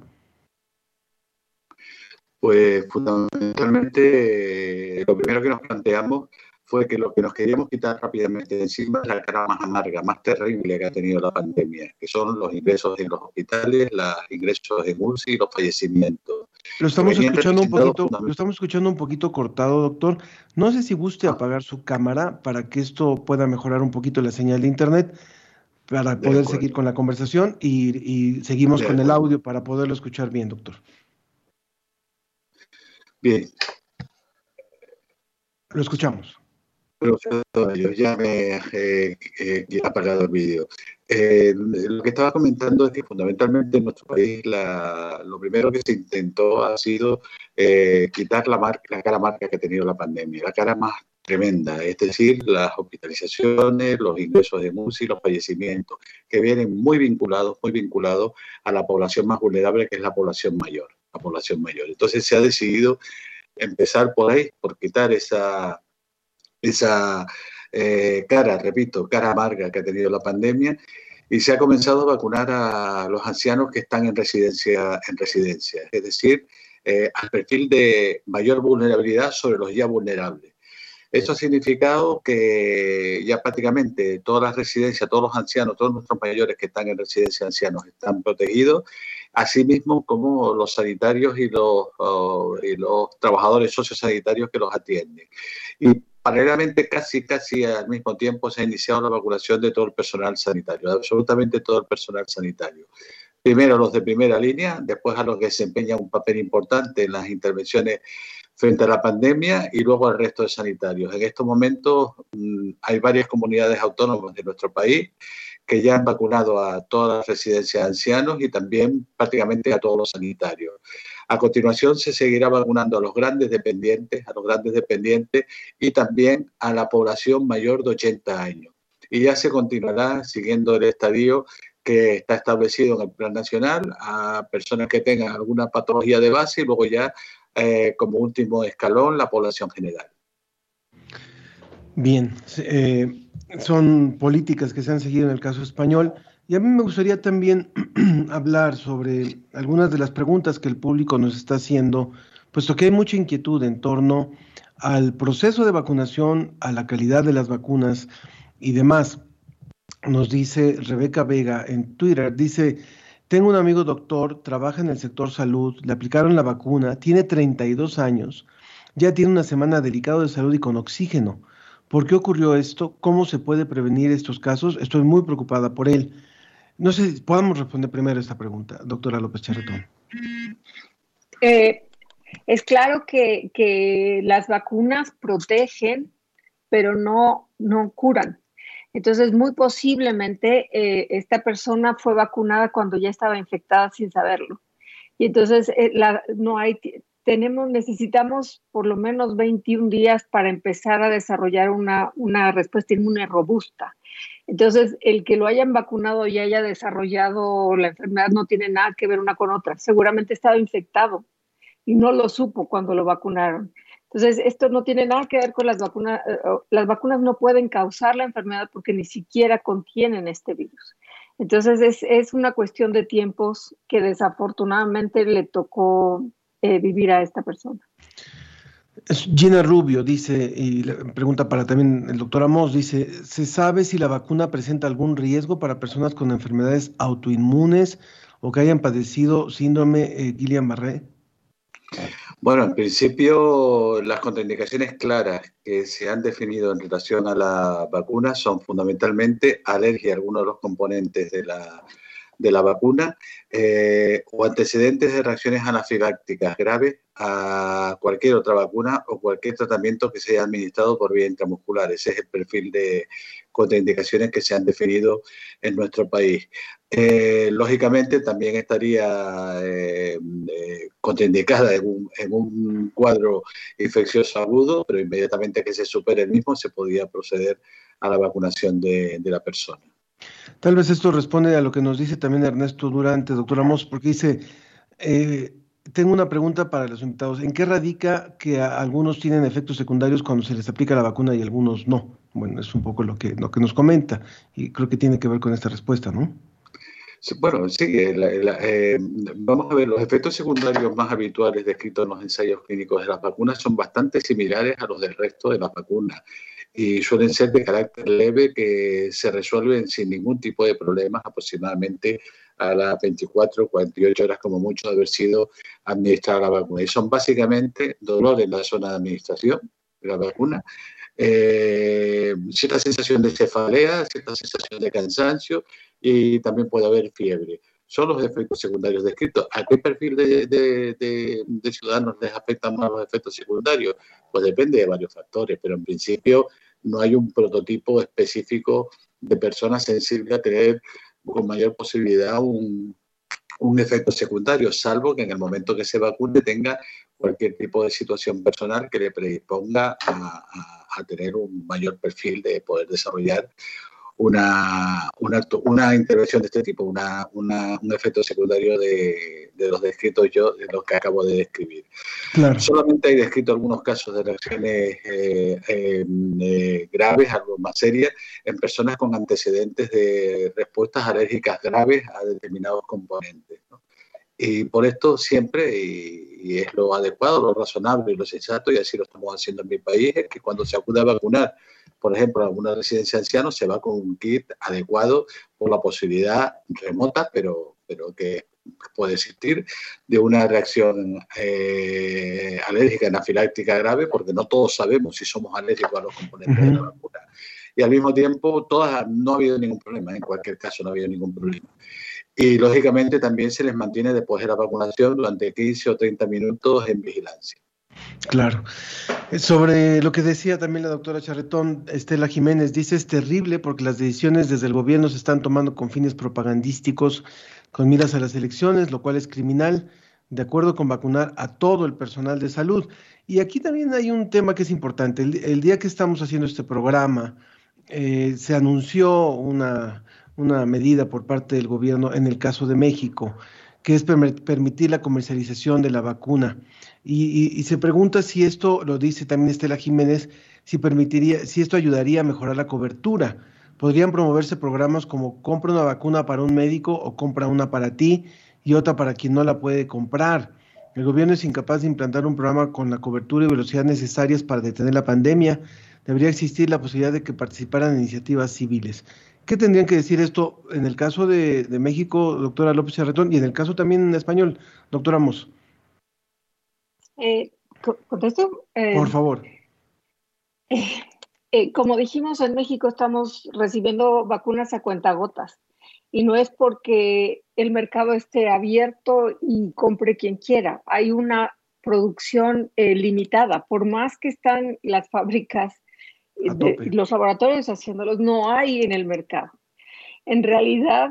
Pues fundamentalmente lo primero que nos planteamos fue que lo que nos queríamos quitar rápidamente de encima es la cara más amarga, más terrible que ha tenido la pandemia, que son los ingresos en los hospitales, los ingresos en UCI y los fallecimientos. Lo estamos escuchando un poquito cortado, doctor. No sé si guste apagar su cámara para que esto pueda mejorar un poquito la señal de internet, para poder seguir con la conversación, y seguimos con el audio para poderlo escuchar bien, doctor. Bien. Lo escuchamos. Yo ya me he apagado el vídeo. Lo que estaba comentando es que fundamentalmente en nuestro país lo primero que se intentó ha sido quitar la cara marca que ha tenido la pandemia, la cara más tremenda, es decir, las hospitalizaciones, los ingresos de UCI, los fallecimientos, que vienen muy vinculados a la población más vulnerable, que es la población mayor. Entonces se ha decidido empezar por ahí, por quitar esa cara amarga que ha tenido la pandemia, y se ha comenzado a vacunar a los ancianos que están en residencia, es decir, al perfil de mayor vulnerabilidad sobre los ya vulnerables. Eso ha significado que ya prácticamente todas las residencias, todos los ancianos, todos nuestros mayores que están en residencia de ancianos están protegidos, así mismo como los sanitarios y los trabajadores sociosanitarios que los atienden. Y paralelamente, casi al mismo tiempo, se ha iniciado la vacunación de todo el personal sanitario, absolutamente todo el personal sanitario. Primero los de primera línea, después a los que desempeñan un papel importante en las intervenciones frente a la pandemia, y luego al resto de sanitarios. En estos momentos hay varias comunidades autónomas de nuestro país que ya han vacunado a todas las residencias de ancianos y también prácticamente a todos los sanitarios. A continuación se seguirá vacunando a los grandes dependientes y también a la población mayor de 80 años. Y ya se continuará siguiendo el estadio que está establecido en el Plan Nacional a personas que tengan alguna patología de base, y luego ya como último escalón la población general. Bien, son políticas que se han seguido en el caso español, y a mí me gustaría también hablar sobre algunas de las preguntas que el público nos está haciendo, puesto que hay mucha inquietud en torno al proceso de vacunación, a la calidad de las vacunas y demás. Nos dice Rebeca Vega en Twitter, dice: tengo un amigo doctor, trabaja en el sector salud, le aplicaron la vacuna, tiene 32 años, ya tiene una semana delicado de salud y con oxígeno. ¿Por qué ocurrió esto? ¿Cómo se puede prevenir estos casos? Estoy muy preocupada por él. No sé si podamos responder primero esta pregunta, doctora López Charretón. Es claro que las vacunas protegen, pero no curan. Entonces, muy posiblemente esta persona fue vacunada cuando ya estaba infectada sin saberlo. Y entonces necesitamos por lo menos 21 días para empezar a desarrollar una respuesta inmune robusta. Entonces, el que lo hayan vacunado y haya desarrollado la enfermedad no tiene nada que ver una con otra. Seguramente estaba infectado y no lo supo cuando lo vacunaron. Entonces, esto no tiene nada que ver con las vacunas. Las vacunas no pueden causar la enfermedad porque ni siquiera contienen este virus. Entonces, es una cuestión de tiempos que desafortunadamente le tocó vivir a esta persona. Gina Rubio dice, y pregunta para también el doctor Amos, dice, ¿se sabe si la vacuna presenta algún riesgo para personas con enfermedades autoinmunes o que hayan padecido síndrome Guillain-Barré? Bueno, en principio las contraindicaciones claras que se han definido en relación a la vacuna son fundamentalmente alergia a algunos de los componentes de la vacuna o antecedentes de reacciones anafilácticas graves a cualquier otra vacuna o cualquier tratamiento que se haya administrado por vía intramuscular. Ese es el perfil de contraindicaciones que se han definido en nuestro país. Lógicamente también estaría contraindicada en un cuadro infeccioso agudo, pero inmediatamente que se supere el mismo se podía proceder a la vacunación de la persona. Tal vez esto responde a lo que nos dice también Ernesto Durante, doctor Amos, porque dice, tengo una pregunta para los invitados. ¿En qué radica que algunos tienen efectos secundarios cuando se les aplica la vacuna y algunos no? Bueno, es un poco lo que nos comenta y creo que tiene que ver con esta respuesta, ¿no? Sí, bueno, sí, vamos a ver, los efectos secundarios más habituales descritos en los ensayos clínicos de las vacunas son bastante similares a los del resto de las vacunas y suelen ser de carácter leve que se resuelven sin ningún tipo de problemas aproximadamente a las 24 48 horas como mucho de haber sido administrada la vacuna. Y son básicamente dolor en la zona de administración de la vacuna, cierta sensación de cefalea, cierta sensación de cansancio y también puede haber fiebre. Son los efectos secundarios descritos. ¿A qué perfil de ciudadanos les afectan más los efectos secundarios? Pues depende de varios factores, pero en principio no hay un prototipo específico de personas sensibles a tener con mayor posibilidad un efecto secundario, salvo que en el momento que se vacune tenga cualquier tipo de situación personal que le predisponga a tener un mayor perfil de poder desarrollar una intervención de este tipo, un efecto secundario de los descritos yo, de los que acabo de describir. Claro. Solamente hay descrito algunos casos de reacciones graves, algo más serias, en personas con antecedentes de respuestas alérgicas graves a determinados componentes, ¿no? Y por esto siempre, y es lo adecuado, lo razonable y lo sensato, y así lo estamos haciendo en mi país, es que cuando se acude a vacunar, por ejemplo, a alguna residencia de ancianos, se va con un kit adecuado por la posibilidad remota, pero que puede existir, de una reacción alérgica anafiláctica grave, porque no todos sabemos si somos alérgicos a los componentes de la vacuna. Y al mismo tiempo, no ha habido ningún problema, en cualquier caso no ha habido ningún problema. Y lógicamente también se les mantiene después de la vacunación durante 15 o 30 minutos en vigilancia. Claro. Sobre lo que decía también la doctora Charretón, Estela Jiménez dice, es terrible porque las decisiones desde el gobierno se están tomando con fines propagandísticos, con miras a las elecciones, lo cual es criminal, de acuerdo con vacunar a todo el personal de salud. Y aquí también hay un tema que es importante. El día que estamos haciendo este programa, se anunció una medida por parte del gobierno en el caso de México, que es permitir la comercialización de la vacuna. Y se pregunta si esto, lo dice también Estela Jiménez, si esto ayudaría a mejorar la cobertura. Podrían promoverse programas como compra una vacuna para un médico o compra una para ti y otra para quien no la puede comprar. El gobierno es incapaz de implantar un programa con la cobertura y velocidad necesarias para detener la pandemia. Debería existir la posibilidad de que participaran iniciativas civiles. ¿Qué tendrían que decir esto en el caso de México, doctora López Charretón, y en el caso también en español, doctor Amos? ¿Contesto? Por favor. como dijimos, en México estamos recibiendo vacunas a cuentagotas y no es porque el mercado esté abierto y compre quien quiera. Hay una producción limitada. Por más que están las fábricas, los laboratorios haciéndolos, no hay en el mercado. En realidad,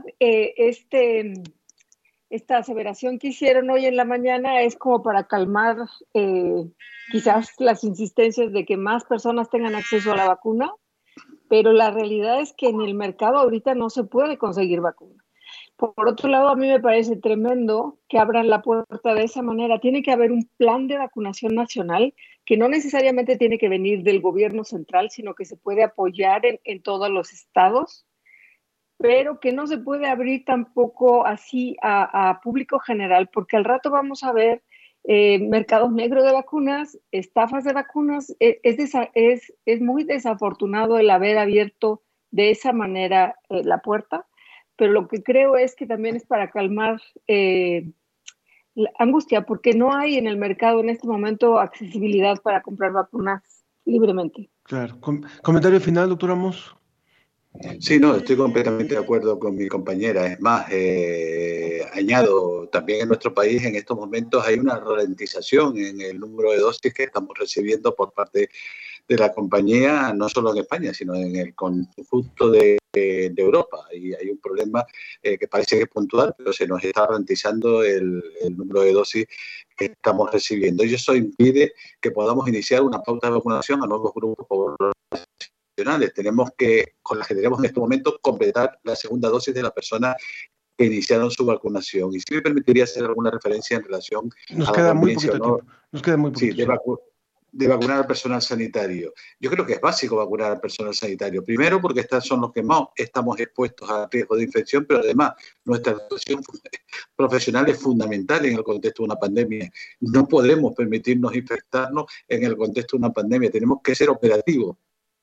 esta aseveración que hicieron hoy en la mañana es como para calmar quizás las insistencias de que más personas tengan acceso a la vacuna, pero la realidad es que en el mercado ahorita no se puede conseguir vacuna. Por otro lado, a mí me parece tremendo que abran la puerta de esa manera. Tiene que haber un plan de vacunación nacional que no necesariamente tiene que venir del gobierno central, sino que se puede apoyar en todos los estados, pero que no se puede abrir tampoco así a público general, porque al rato vamos a ver mercados negros de vacunas, estafas de vacunas. Es muy desafortunado el haber abierto de esa manera la puerta, pero lo que creo es que también es para calmar la angustia, porque no hay en el mercado en este momento accesibilidad para comprar vacunas libremente. Claro. ¿Comentario final, doctora Mos? Sí, no, estoy completamente de acuerdo con mi compañera. Es más, añado, también en nuestro país en estos momentos hay una ralentización en el número de dosis que estamos recibiendo por parte de la compañía, no solo en España, sino en el conjunto de Europa. Y hay un problema que parece que es puntual, pero se nos está ralentizando el número de dosis que estamos recibiendo. Y eso impide que podamos iniciar una pauta de vacunación a nuevos grupos poblacionales. Tenemos que, con las que tenemos en este momento, completar la segunda dosis de las personas que iniciaron su vacunación. Y si me permitiría hacer alguna referencia en relación Nos queda muy poquito tiempo. Sí, de vacunar al personal sanitario. Yo creo que es básico vacunar al personal sanitario. Primero, porque estos son los que más estamos expuestos a riesgo de infección, pero además nuestra actuación profesional es fundamental en el contexto de una pandemia. No podremos permitirnos infectarnos en el contexto de una pandemia. Tenemos que ser operativos.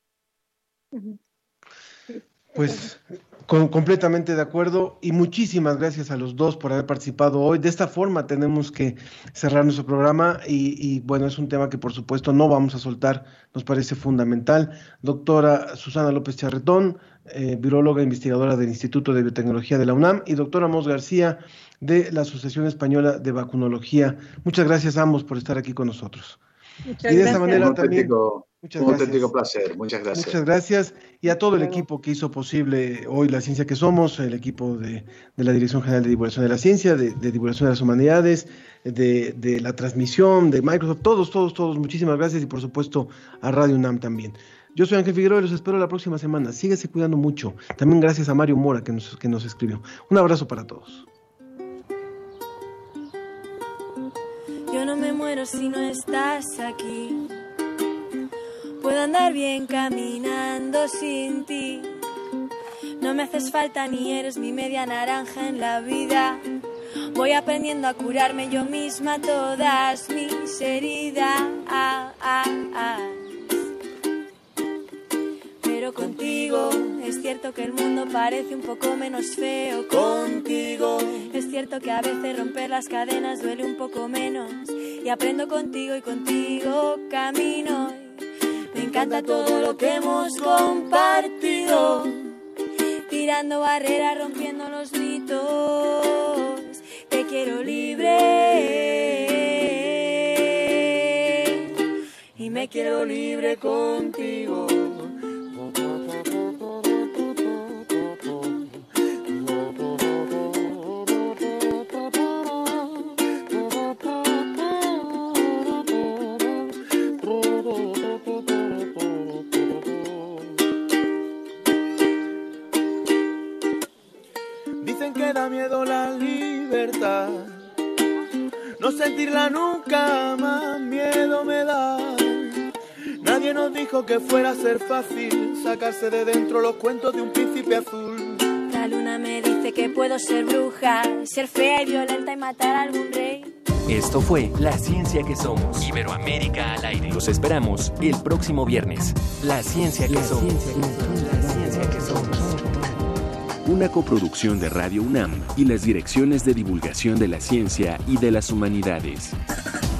Pues completamente de acuerdo y muchísimas gracias a los dos por haber participado hoy. De esta forma tenemos que cerrar nuestro programa y bueno, es un tema que por supuesto no vamos a soltar, nos parece fundamental. Doctora Susana López Charretón, viróloga e investigadora del Instituto de Biotecnología de la UNAM, y doctora Mos García de la Asociación Española de Vacunología. Muchas gracias a ambos por estar aquí con nosotros. Muchas y de esa manera también... Un auténtico placer, muchas gracias. Muchas gracias y a todo el equipo que hizo posible hoy La Ciencia que Somos, el equipo de la Dirección General de Divulgación de la Ciencia, de Divulgación de las Humanidades, de la transmisión, de Microsoft, todos, muchísimas gracias y por supuesto a Radio UNAM también. Yo soy Ángel Figueroa y los espero la próxima semana. Síguese cuidando mucho. También gracias a Mario Mora que nos escribió. Un abrazo para todos. Yo no me muero si no estás aquí. Puedo andar bien caminando sin ti. No me haces falta ni eres mi media naranja en la vida. Voy aprendiendo a curarme yo misma todas mis heridas. Pero contigo es cierto que el mundo parece un poco menos feo. Contigo es cierto que a veces romper las cadenas duele un poco menos. Y aprendo contigo y contigo camino. Me encanta todo lo que hemos compartido, tirando barreras, rompiendo los mitos. Te quiero libre y me quiero libre contigo. Da miedo la libertad, no sentirla nunca más, miedo me da. Nadie nos dijo que fuera a ser fácil sacarse de dentro los cuentos de un príncipe azul. La luna me dice que puedo ser bruja, ser fea y violenta y matar a algún rey. Esto fue La Ciencia que Somos. Iberoamérica al aire. Los esperamos el próximo viernes. La Ciencia que Somos. La Ciencia que Somos. Una coproducción de Radio UNAM y las direcciones de divulgación de la ciencia y de las humanidades.